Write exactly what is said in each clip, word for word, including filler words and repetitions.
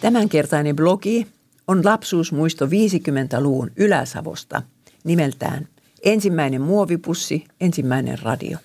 Tämänkertainen blogi on lapsuusmuisto viisikymmentäluvun Ylä-Savosta nimeltään Ensimmäinen muovipussi, ensimmäinen radio.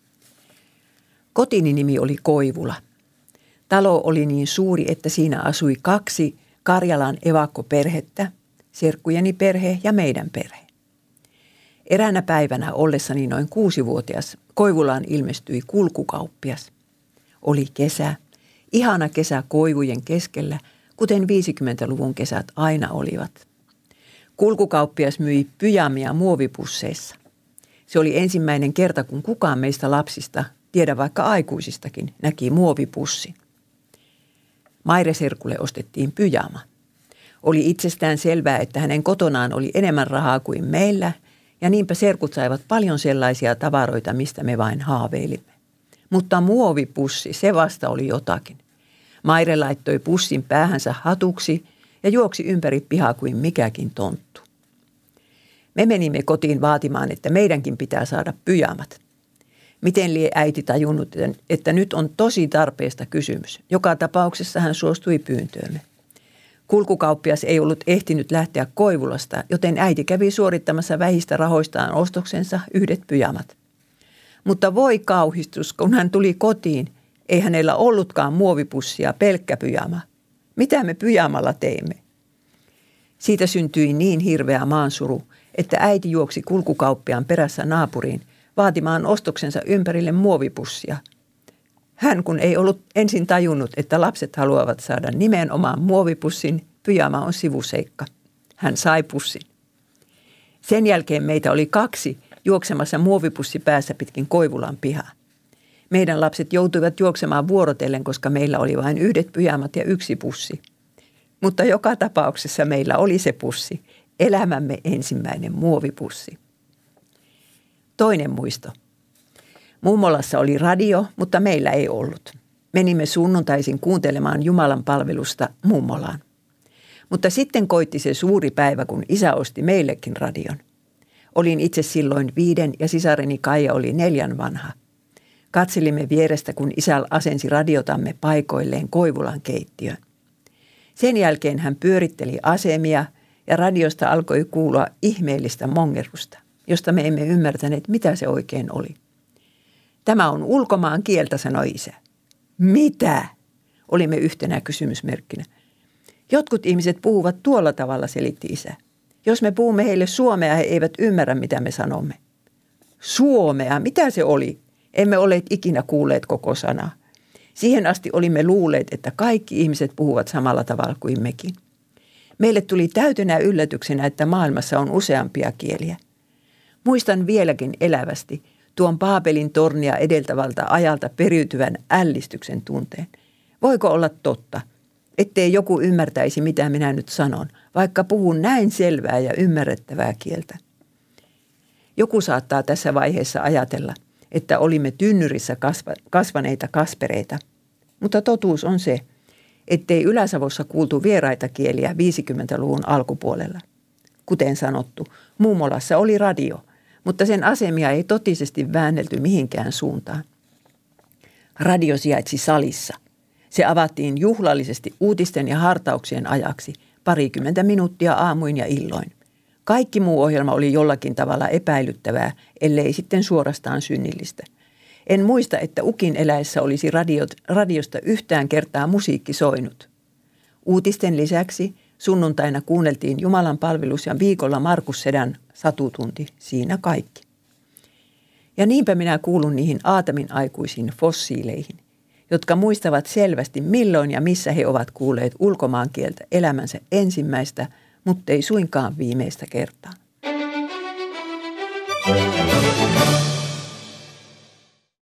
Kotini nimi oli Koivula. Talo oli niin suuri, että siinä asui kaksi Karjalan evakkoperhettä, serkkujeni perhe ja meidän perhe. Eräänä päivänä ollessani noin kuusivuotias Koivulaan ilmestyi kulkukauppias. Oli kesä, ihana kesä koivujen keskellä, kuten viisikymmentäluvun kesät aina olivat. Kulkukauppias myi pyjamia muovipusseissa. Se oli ensimmäinen kerta, kun kukaan meistä lapsista, tiedä vaikka aikuisistakin, näki muovipussin. Maire-serkulle ostettiin pyjama. Oli itsestään selvää, että hänen kotonaan oli enemmän rahaa kuin meillä, ja niinpä serkut saivat paljon sellaisia tavaroita, mistä me vain haaveilimme. Mutta muovipussi, se vasta oli jotakin. Maire laittoi pussin päähänsä hatuksi ja juoksi ympäri pihaa kuin mikäkin tonttu. Me menimme kotiin vaatimaan, että meidänkin pitää saada pyjamat. Miten lie äiti tajunnut, että nyt on tosi tarpeesta kysymys. Joka tapauksessa hän suostui pyyntöömme. Kulkukauppias ei ollut ehtinyt lähteä Koivulasta, joten äiti kävi suorittamassa vähistä rahoistaan ostoksensa yhdet pyjamat. Mutta voi kauhistus, kun hän tuli kotiin, ei hänellä ollutkaan muovipussia, pelkkä pyjama. Mitä me pyjamalla teimme? Siitä syntyi niin hirveä maansuru, että äiti juoksi kulkukauppiaan perässä naapuriin vaatimaan ostoksensa ympärille muovipussia. Hän kun ei ollut ensin tajunnut, että lapset haluavat saada nimenomaan muovipussin, pyjama on sivuseikka. Hän sai pussin. Sen jälkeen meitä oli kaksi juoksemassa muovipussi päässä pitkin Koivulan pihaa. Meidän lapset joutuivat juoksemaan vuorotellen, koska meillä oli vain yhdet pyjamat ja yksi pussi. Mutta joka tapauksessa meillä oli se pussi, elämämme ensimmäinen muovipussi. Toinen muisto. Mummolassa oli radio, mutta meillä ei ollut. Menimme sunnuntaisin kuuntelemaan Jumalan palvelusta mummolaan. Mutta sitten koitti se suuri päivä, kun isä osti meillekin radion. Olin itse silloin viiden ja sisareni Kaija oli neljän vanha. Katselimme vierestä, kun isä asensi radiotamme paikoilleen Koivulan keittiöön. Sen jälkeen hän pyöritteli asemia ja radiosta alkoi kuulua ihmeellistä mongerusta, josta me emme ymmärtäneet, mitä se oikein oli. Tämä on ulkomaan kieltä, sanoi isä. Mitä? Olimme yhtenä kysymysmerkkinä. Jotkut ihmiset puhuvat tuolla tavalla, selitti isä. Jos me puhumme heille suomea, he eivät ymmärrä, mitä me sanomme. Suomea? Mitä se oli? Emme olleet ikinä kuulleet koko sanaa. Siihen asti olimme luulleet, että kaikki ihmiset puhuvat samalla tavalla kuin mekin. Meille tuli täytenä yllätyksenä, että maailmassa on useampia kieliä. Muistan vieläkin elävästi tuon Paapelin tornia edeltävältä ajalta periytyvän ällistyksen tunteen. Voiko olla totta, ettei joku ymmärtäisi, mitä minä nyt sanon, vaikka puhun näin selvää ja ymmärrettävää kieltä? Joku saattaa tässä vaiheessa ajatella, että olimme tynnyrissä kasva, kasvaneita kaspereita, mutta totuus on se, ettei Ylä-Savossa kuultu vieraita kieliä viisikymmentäluvun alkupuolella. Kuten sanottu, mummolassa oli radio, mutta sen asemia ei totisesti väännelty mihinkään suuntaan. Radio sijaitsi salissa. Se avattiin juhlallisesti uutisten ja hartauksien ajaksi parikymmentä minuuttia aamuin ja illoin. Kaikki muu ohjelma oli jollakin tavalla epäilyttävää, ellei sitten suorastaan synnillistä. En muista, että ukin eläessä olisi radiot, radiosta yhtään kertaa musiikki soinut. Uutisten lisäksi sunnuntaina kuunneltiin Jumalan palvelus ja viikolla Markus Sedän satutunti, siinä kaikki. Ja niinpä minä kuulun niihin Aatamin aikuisiin fossiileihin, jotka muistavat selvästi milloin ja missä he ovat kuulleet ulkomaankieltä elämänsä ensimmäistä, mutta ei suinkaan viimeistä kertaa.